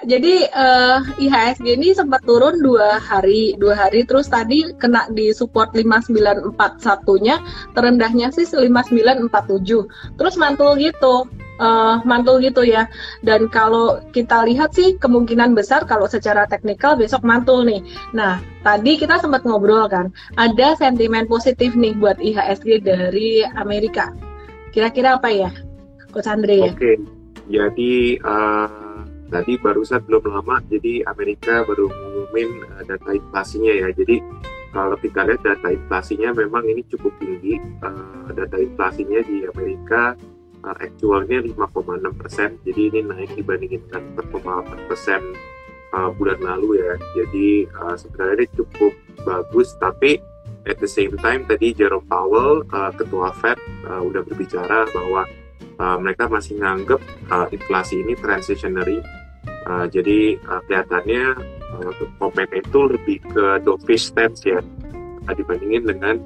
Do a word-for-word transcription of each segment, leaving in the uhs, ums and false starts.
Jadi uh, I H S G ini sempat turun dua hari, dua hari terus tadi kena di support lima sembilan empat satu-nya, terendahnya sih lima sembilan empat tujuh. Terus mantul gitu. Uh, mantul gitu ya. Dan kalau kita lihat sih kemungkinan besar kalau secara teknikal besok mantul nih. Nah, tadi kita sempat ngobrol kan, ada sentimen positif nih buat I H S G dari Amerika. Kira-kira apa ya, Coach Andre ya? Oke, okay. Jadi uh... tadi barusan belum lama, jadi Amerika baru ngumumin uh, data inflasinya ya. Jadi kalau kita lihat data inflasinya memang ini cukup tinggi. Uh, data inflasinya di Amerika uh, actualnya lima koma enam persen. Jadi ini naik dibandingin dengan empat koma empat persen uh, bulan lalu ya. Jadi uh, sebenarnya cukup bagus. Tapi at the same time tadi Jerome Powell, uh, ketua Fed, uh, udah berbicara bahwa Uh, mereka masih nganggep uh, inflasi ini transitionary, uh, jadi uh, kelihatannya uh, komen itu lebih ke dovish stance ya, uh, dibandingin dengan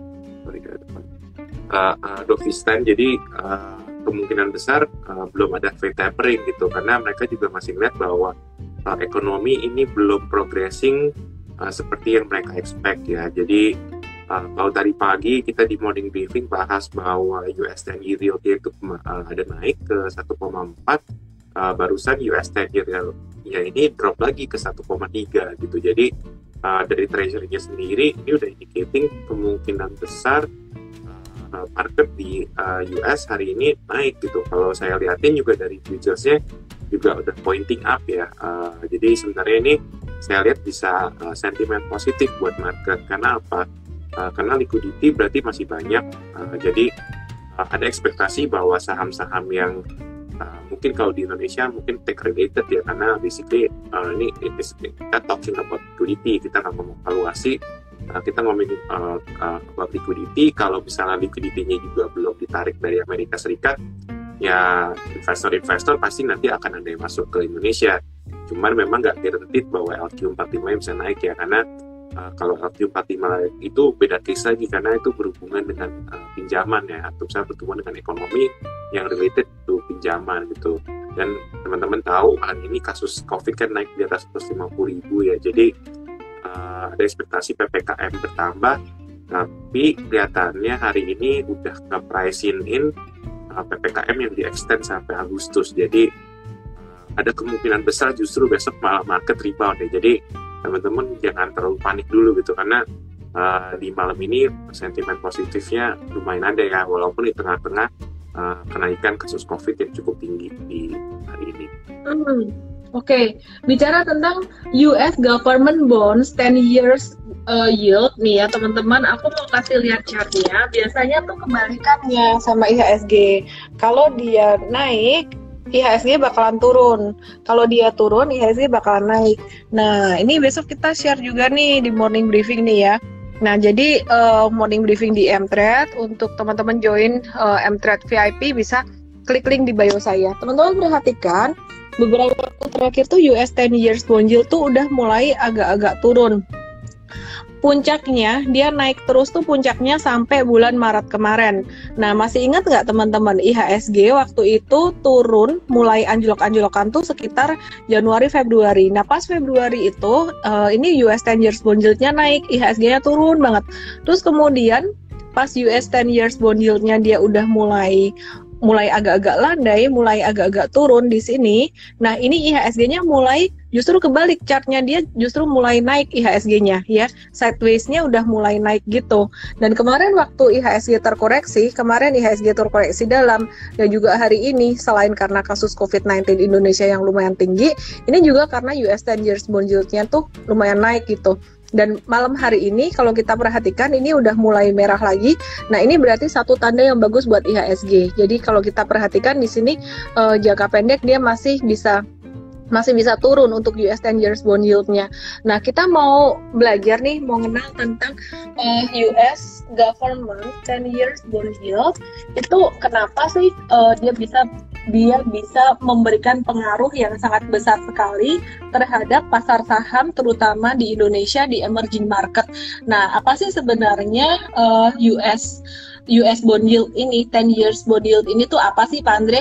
uh, uh, dovish stance. Jadi uh, kemungkinan besar uh, belum ada Fed tapering gitu, karena mereka juga masih melihat bahwa uh, ekonomi ini belum progressing uh, seperti yang mereka expect ya. Jadi Uh, kalau tadi pagi kita di morning briefing bahas bahwa U S ten year yield itu uh, ada naik ke satu koma empat, uh, barusan U S ten year ya ini drop lagi ke satu koma tiga gitu. Jadi uh, dari treasury-nya sendiri ini udah indicating kemungkinan besar uh, market di uh, U S hari ini naik gitu. Kalau saya lihatin juga dari futures-nya juga udah pointing up ya. Uh, jadi sebenarnya ini saya lihat bisa uh, sentimen positif buat market. Karena apa? Uh, karena liquidity berarti masih banyak, uh, jadi uh, ada ekspektasi bahwa saham-saham yang uh, mungkin kalau di Indonesia mungkin tech related ya, karena basically uh, ini kita talking about liquidity, kita nggak ngomong valuasi, uh, kita ngomongin uh, uh, about liquidity. Kalau misalnya liquidity-nya juga belum ditarik dari Amerika Serikat, ya investor-investor pasti nanti akan ada yang masuk ke Indonesia. Cuman memang nggak guaranteed bahwa L Q empat puluh lima bisa naik ya, karena Uh, kalau L Q empat puluh lima itu beda case lagi, karena itu berhubungan dengan uh, pinjaman ya, atau misalnya berhubungan dengan ekonomi yang related to pinjaman gitu. Dan teman-teman tahu hari ini kasus COVID kan naik di atas seratus lima puluh ribu ya, jadi uh, ada ekspektasi P P K M bertambah, tapi kelihatannya hari ini udah nge-pricing in uh, P P K M yang di-extend sampai Agustus. Jadi uh, ada kemungkinan besar justru besok malah market rebound ya. Jadi teman-teman jangan terlalu panik dulu gitu, karena uh, di malam ini sentimen positifnya lumayan ada ya, walaupun di tengah-tengah uh, kenaikan kasus COVID yang cukup tinggi di hari ini. Hmm, Oke, okay. Bicara tentang U S government bonds ten years uh, yield nih ya teman-teman, aku mau kasih lihat chartnya. Biasanya tuh kebalikannya sama I H S G. Kalau dia naik, I H S G bakalan turun. Kalau dia turun, I H S G bakalan naik. Nah, ini besok kita share juga nih di morning briefing nih ya. Nah, jadi uh, morning briefing di M-Trade, untuk teman-teman join uh, M-Trade V I P bisa klik link di bio saya. Teman-teman perhatikan, beberapa waktu terakhir tuh U S ten years bond yield tuh udah mulai agak-agak turun. Puncaknya dia naik terus tuh, puncaknya sampai bulan Maret kemarin. Nah, masih ingat nggak teman-teman, I H S G waktu itu turun mulai anjlok-anjlokan tuh sekitar Januari Februari. Nah, pas Februari itu uh, ini U S ten years bond yield-nya naik, I H S G-nya turun banget. Terus kemudian pas U S ten years bond yield-nya dia udah mulai mulai agak-agak landai, mulai agak-agak turun di sini. Nah, ini I H S G-nya mulai justru kebalik, chartnya dia justru mulai naik I H S G-nya ya. Sideways-nya udah mulai naik gitu. Dan kemarin waktu I H S G terkoreksi, kemarin I H S G terkoreksi dalam, dan juga hari ini selain karena kasus covid sembilan belas di Indonesia yang lumayan tinggi, ini juga karena U S ten years bond yield-nya tuh lumayan naik gitu. Dan malam hari ini kalau kita perhatikan ini udah mulai merah lagi. Nah, ini berarti satu tanda yang bagus buat I H S G. Jadi kalau kita perhatikan di sini uh, jangka pendek dia masih bisa masih bisa turun untuk U S ten years bond yield-nya. Nah, kita mau belajar nih, mau kenal tentang uh, U S government ten years bond yield. Itu kenapa sih uh, dia bisa dia bisa memberikan pengaruh yang sangat besar sekali terhadap pasar saham, terutama di Indonesia, di emerging market. Nah, apa sih sebenarnya uh, U S U S bond yield ini, ten years bond yield ini tuh apa sih Pak Andre?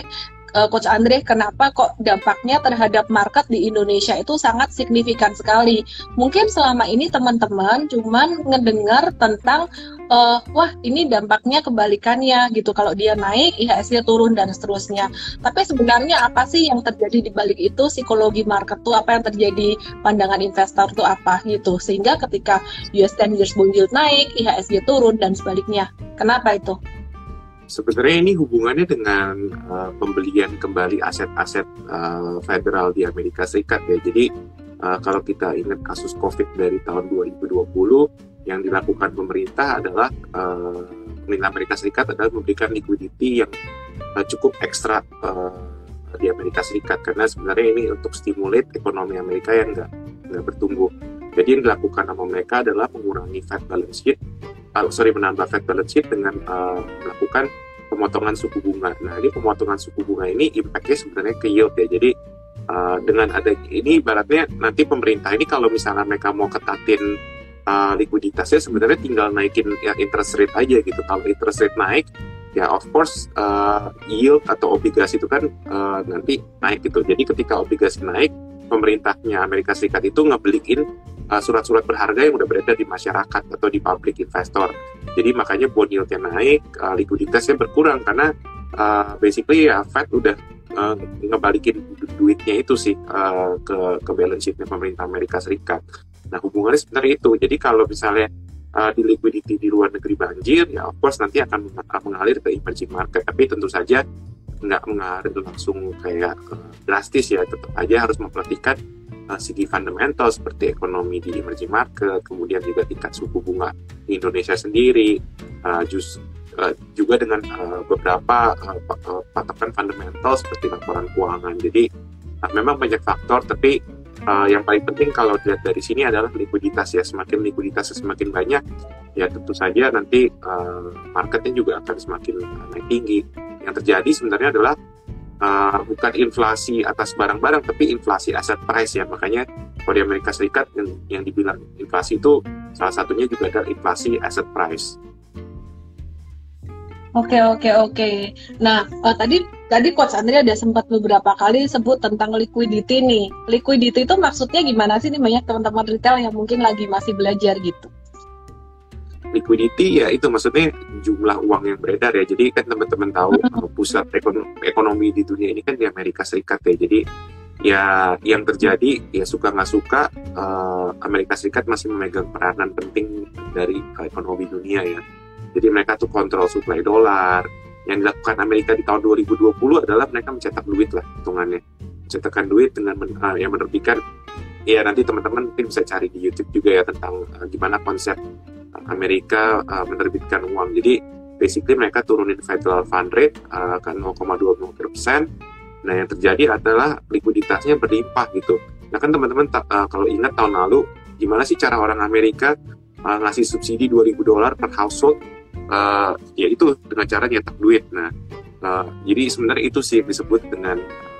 uh, Coach Andre, kenapa kok dampaknya terhadap market di Indonesia itu sangat signifikan sekali. Mungkin selama ini teman-teman cuman ngedengar tentang uh, wah ini dampaknya kebalikannya gitu, kalau dia naik I H S-nya turun dan seterusnya. Tapi sebenarnya apa sih yang terjadi di balik itu, psikologi market tuh apa yang terjadi, pandangan investor tuh apa gitu, sehingga ketika U S ten years bond yield naik I H S-nya turun dan sebaliknya. Kenapa itu? Sebenarnya ini hubungannya dengan uh, pembelian kembali aset-aset uh, federal di Amerika Serikat ya. Jadi uh, kalau kita ingat kasus COVID dari tahun dua ribu dua puluh, yang dilakukan pemerintah adalah uh, pemerintah Amerika Serikat adalah memberikan liquidity yang uh, cukup ekstra uh, di Amerika Serikat, karena sebenarnya ini untuk stimulate ekonomi Amerika yang nggak nggak bertumbuh. Jadi yang dilakukan sama mereka adalah mengurangi Fed balance sheet, uh, sorry menambah Fed balance sheet dengan uh, melakukan pemotongan suku bunga. Nah ini pemotongan suku bunga ini impact-nya sebenarnya ke yield ya. Jadi uh, dengan ada ini ibaratnya nanti pemerintah ini kalau misalnya mereka mau ketatin uh, likuiditasnya, sebenarnya tinggal naikin ya interest rate aja gitu. Kalau interest rate naik ya of course uh, yield atau obligasi itu kan uh, nanti naik gitu. Jadi ketika obligasi naik, pemerintahnya Amerika Serikat itu ngebeliin uh, surat-surat berharga yang udah beredar di masyarakat atau di public investor. Jadi makanya bond yield-nya naik, uh, likuiditasnya berkurang karena uh, basically ya Fed udah uh, ngebalikin du- duitnya itu sih uh, ke ke balance sheet-nya pemerintah Amerika Serikat. Nah hubungannya sebenarnya itu. Jadi kalau misalnya uh, di liquidity di luar negeri banjir, ya of course nanti akan mengalir ke emerging market. Tapi tentu saja nggak mengalir langsung kayak uh, drastis ya, tetap aja harus memperhatikan uh, segi fundamental seperti ekonomi di emerging market, kemudian juga tingkat suku bunga di Indonesia sendiri, uh, just, uh, juga dengan uh, beberapa uh, patokan fundamental seperti laporan keuangan. Jadi uh, memang banyak faktor, tapi uh, yang paling penting kalau dilihat dari sini adalah likuiditas ya. Semakin likuiditasnya semakin banyak, ya tentu saja nanti uh, marketnya juga akan semakin uh, naik tinggi. Yang terjadi sebenarnya adalah uh, bukan inflasi atas barang-barang, tapi inflasi aset price ya. Makanya kalau di Amerika Serikat yang, yang dibilang inflasi itu salah satunya juga adalah inflasi aset price. Oke oke oke. Nah uh, tadi tadi Coach Andre ada sempat beberapa kali sebut tentang liquidity nih. Liquidity itu maksudnya gimana sih? Ini banyak teman-teman retail yang mungkin lagi masih belajar gitu. Liquidity ya itu maksudnya jumlah uang yang beredar ya. Jadi kan teman-teman tahu uh, pusat ekonomi, ekonomi di dunia ini kan di Amerika Serikat ya. Jadi ya yang terjadi ya suka nggak suka uh, Amerika Serikat masih memegang peranan penting dari uh, ekonomi dunia ya. Jadi mereka tuh kontrol suplai dolar. Yang dilakukan Amerika di tahun dua ribu dua puluh adalah mereka mencetak duit lah hitungannya. Mencetakkan duit dengan men, uh, yang menerbitkan, ya nanti teman-teman mungkin bisa cari di YouTube juga ya tentang uh, gimana konsep Amerika uh, menerbitkan uang. Jadi basically mereka turunin federal fund rate uh, ke nol koma dua puluh persen. Nah yang terjadi adalah likuiditasnya berlimpah gitu. Nah kan teman-teman ta- uh, kalau ingat tahun lalu gimana sih cara orang Amerika uh, ngasih subsidi dua ribu dolar per household, uh, ya itu dengan cara nyetak duit. Nah uh, jadi sebenarnya itu sih yang disebut dengan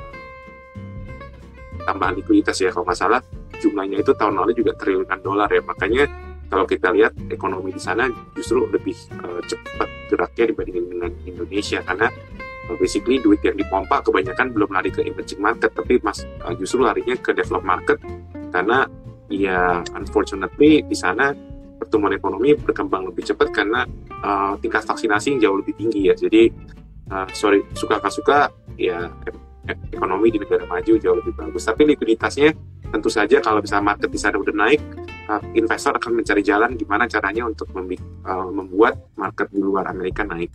tambahan likuiditas ya. Kalau nggak salah jumlahnya itu tahun lalu juga triliunan dolar ya. Makanya kalau kita lihat ekonomi di sana justru lebih uh, cepat geraknya dibandingin dengan Indonesia, karena uh, basically duit yang dipompa kebanyakan belum lari ke emerging market, tapi mas uh, justru larinya ke developed market, karena ya unfortunately di sana pertumbuhan ekonomi berkembang lebih cepat karena uh, tingkat vaksinasi yang jauh lebih tinggi ya. Jadi uh, sorry suka nggak suka ya ekonomi di negara maju jauh lebih bagus, tapi likuiditasnya tentu saja kalau misalnya market di sana udah naik, uh, investor akan mencari jalan gimana caranya untuk membi- uh, membuat market di luar Amerika naik.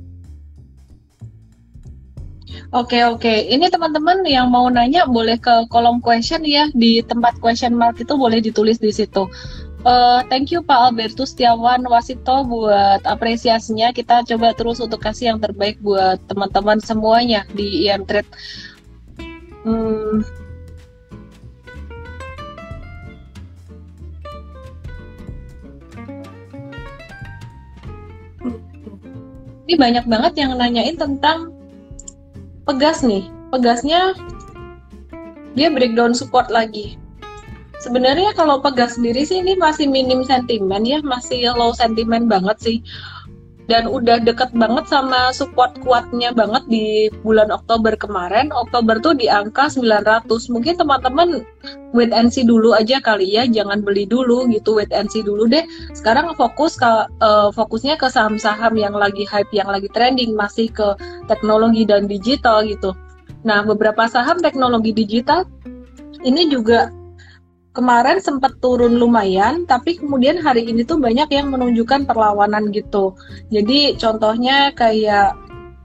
Oke oke. Ini teman-teman yang mau nanya boleh ke kolom question ya, di tempat question mark itu boleh ditulis di situ. Uh, thank you Pak Albertus Setiawan Wasito buat apresiasinya. Kita coba terus untuk kasih yang terbaik buat teman-teman semuanya di I M Trade. Hmm. Ini banyak banget yang nanyain tentang Pegas nih. Pegasnya dia breakdown support lagi. Sebenarnya kalau Pegas sendiri sih ini masih minim sentimen ya, masih low sentimen banget sih. dan udah deket banget sama support kuatnya banget di bulan Oktober kemarin. Oktober tuh di angka sembilan ratus. Mungkin teman-teman wait and see dulu aja kali ya, jangan beli dulu gitu, wait and see dulu deh. Sekarang fokus ke uh, fokusnya ke saham-saham yang lagi hype, yang lagi trending, masih ke teknologi dan digital gitu. Nah, beberapa saham teknologi digital ini juga kemarin sempat turun lumayan, tapi kemudian hari ini tuh banyak yang menunjukkan perlawanan gitu. Jadi contohnya kayak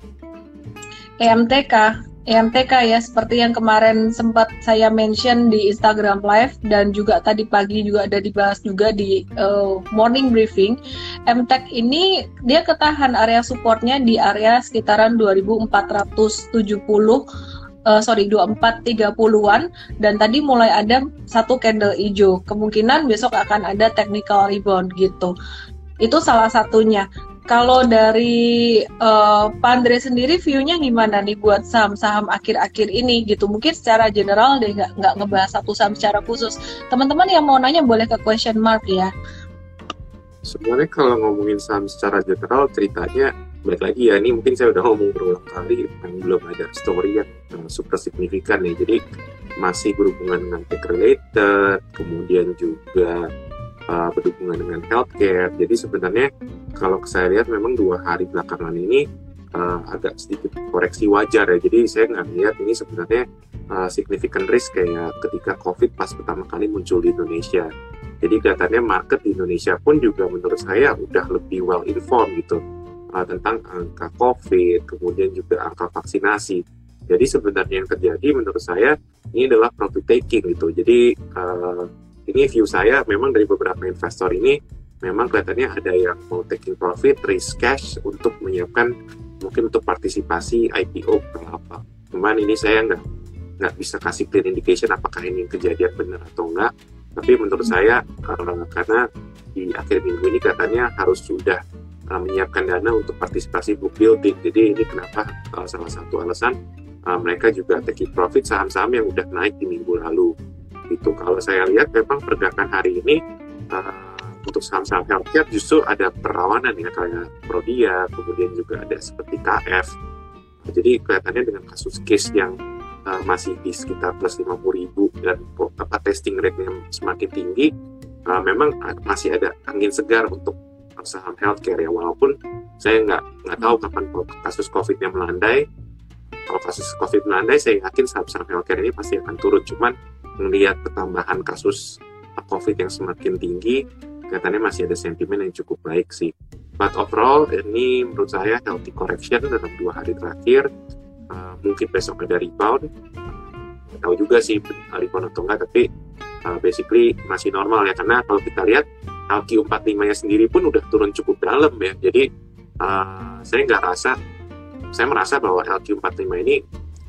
E M T K, E M T K ya, seperti yang kemarin sempat saya mention di Instagram Live dan juga tadi pagi juga ada dibahas juga di uh, morning briefing. M T E K ini dia ketahan area supportnya di area sekitaran dua ribu empat ratus tujuh puluh. Uh, sorry dua ribu empat ratus tiga puluhan, dan tadi mulai ada satu candle hijau, kemungkinan besok akan ada technical rebound gitu. Itu salah satunya. Kalau dari uh, Pak Andre sendiri view-nya gimana nih buat saham-saham akhir-akhir ini gitu? Mungkin secara general deh, nggak nggak ngebahas satu saham secara khusus. Teman-teman yang mau nanya boleh ke question mark ya. Sebenarnya kalau ngomongin saham secara general, ceritanya balik lagi ya, ini mungkin saya udah ngomong berulang kali, yang belum ada story yang uh, super signifikan ya. Jadi masih berhubungan dengan tech related, kemudian juga uh, berhubungan dengan healthcare. Jadi sebenarnya kalau saya lihat memang dua hari belakangan ini uh, agak sedikit koreksi wajar ya. Jadi saya nggak lihat ini sebenarnya uh, significant risk kayak ketika COVID pas pertama kali muncul di Indonesia. Jadi kelihatannya market di Indonesia pun juga menurut saya udah lebih well informed gitu uh, tentang angka COVID, kemudian juga angka vaksinasi. Jadi sebenarnya yang terjadi menurut saya ini adalah profit taking gitu. Jadi uh, ini view saya memang dari beberapa investor ini memang kelihatannya ada yang mau taking profit, risk cash untuk menyiapkan mungkin untuk partisipasi I P O atau apa. Cuman ini saya nggak nggak bisa kasih clear indication apakah ini kejadian benar atau enggak. Tapi menurut saya uh, karena di akhir minggu ini katanya harus sudah uh, menyiapkan dana untuk partisipasi book building. Jadi ini kenapa uh, salah satu alasan uh, mereka juga taking profit saham-saham yang udah naik di minggu lalu. Itu kalau saya lihat memang pergerakan hari ini uh, untuk saham-saham healthcare justru ada perlawanan ya, kayak Prodia, kemudian juga ada seperti K F. Jadi kelihatannya dengan kasus case yang Uh, masih di sekitar plus lima puluh ribu dan apa testing rate yang semakin tinggi, uh, memang masih ada angin segar untuk saham healthcare ya, walaupun saya nggak nggak tahu kapan kasus COVID-nya melandai. Kalau kasus COVID melandai, saya yakin saham-saham healthcare ini pasti akan turun. Cuman melihat pertambahan kasus COVID yang semakin tinggi, kelihatannya masih ada sentimen yang cukup baik sih. But overall ini menurut saya healthy correction dalam dua hari terakhir. Uh, mungkin besok ada rebound, nggak tahu juga sih rebound atau enggak, tapi uh, basically masih normal ya, karena kalau kita lihat L Q empat puluh lima nya sendiri pun udah turun cukup dalam ya. Jadi uh, saya nggak rasa, saya merasa bahwa L Q empat puluh lima ini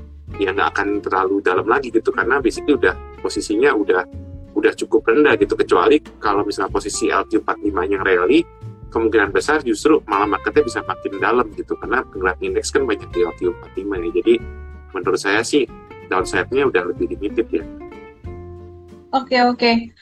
ya nggak akan terlalu dalam lagi gitu, karena basically udah posisinya udah udah cukup rendah gitu, kecuali kalau misalnya posisi L Q empat puluh lima yang rally, kemungkinan besar justru malah marketnya bisa makin dalam gitu, karena penggerak indeks kan banyak di L Q empat puluh lima ya. Jadi menurut saya sih downside-nya udah lebih limited ya. Oke, oke.